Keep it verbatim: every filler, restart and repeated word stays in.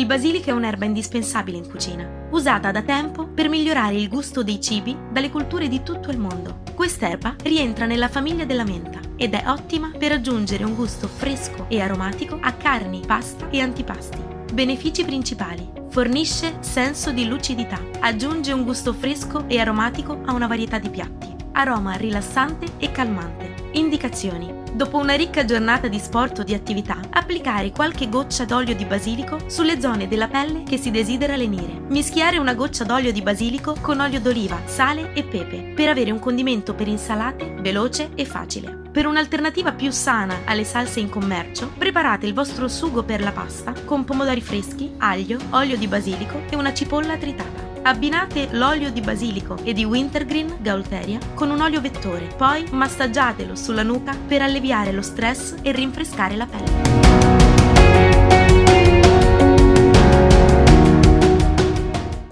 Il basilico è un'erba indispensabile in cucina, usata da tempo per migliorare il gusto dei cibi dalle culture di tutto il mondo. Quest'erba rientra nella famiglia della menta ed è ottima per aggiungere un gusto fresco e aromatico a carni, pasta e antipasti. Benefici principali: fornisce senso di lucidità, aggiunge un gusto fresco e aromatico a una varietà di piatti, aroma rilassante e calmante. Indicazioni: dopo una ricca giornata di sport o di attività, applicare qualche goccia d'olio di basilico sulle zone della pelle che si desidera lenire. Mischiare una goccia d'olio di basilico con olio d'oliva, sale e pepe per avere un condimento per insalate veloce e facile. Per un'alternativa più sana alle salse in commercio, preparate il vostro sugo per la pasta con pomodori freschi, aglio, olio di basilico e una cipolla tritata. Abbinate l'olio di basilico e di wintergreen gaulteria con un olio vettore, poi massaggiatelo sulla nuca per alleviare lo stress e rinfrescare la pelle.